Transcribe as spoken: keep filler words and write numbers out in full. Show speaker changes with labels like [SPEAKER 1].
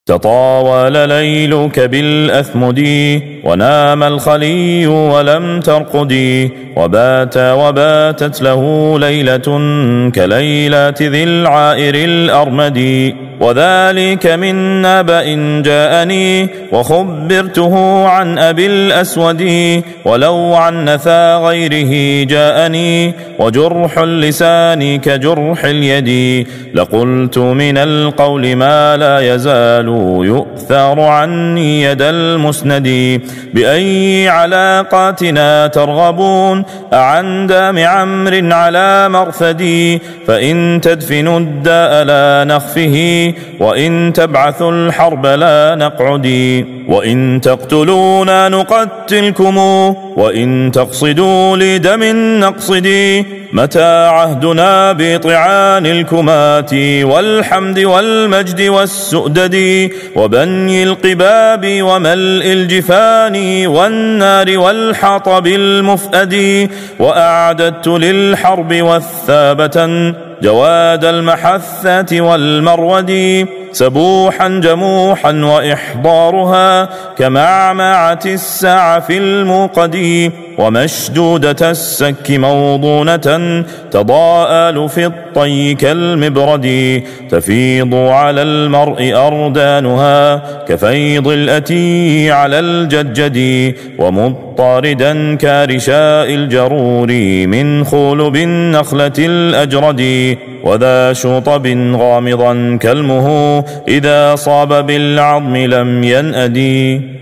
[SPEAKER 1] تطاول ليلك بالأثمد ونام الخلي ولم ترقدي وبات وباتت له ليلة كليلات ذي العائر الأرمد وذلك من نبأ جاءني وخبرته عن أبي الأسود ولو عن نثى غيره جاءني وجرح اللسان كجرح اليد لقلت من القول ما لا يزال يؤثر عني يد المسند بأي علاقاتنا ترغبون أعن دام عمرو على مرثدي فإن تدفنوا الداء لا نخفه وإن تبعثوا الحرب لا نقعدي وإن تقتلونا نقتلكم وإن تقصدوا لدم نقصدي متى عهدنا بطعان الكمات والحمد والمجد والسؤدد وبني القباب وملء الجفان والنار والحطب المفأد وأعددت للحرب والثابة جواد المحثات والمرود سبوحا جموحا وإحضارها كمعمعة الساع في الموقد ومشدودة السك موضونة تضاءل في الطي كالمبرد تفيض على المرء أردانها كفيض الأتي على الججد ومضطردا كارشاء الجرور من خلب النخلة الأجرد وذا شطب غامضا كالمه إذا صاب بالعظم لم ينأدي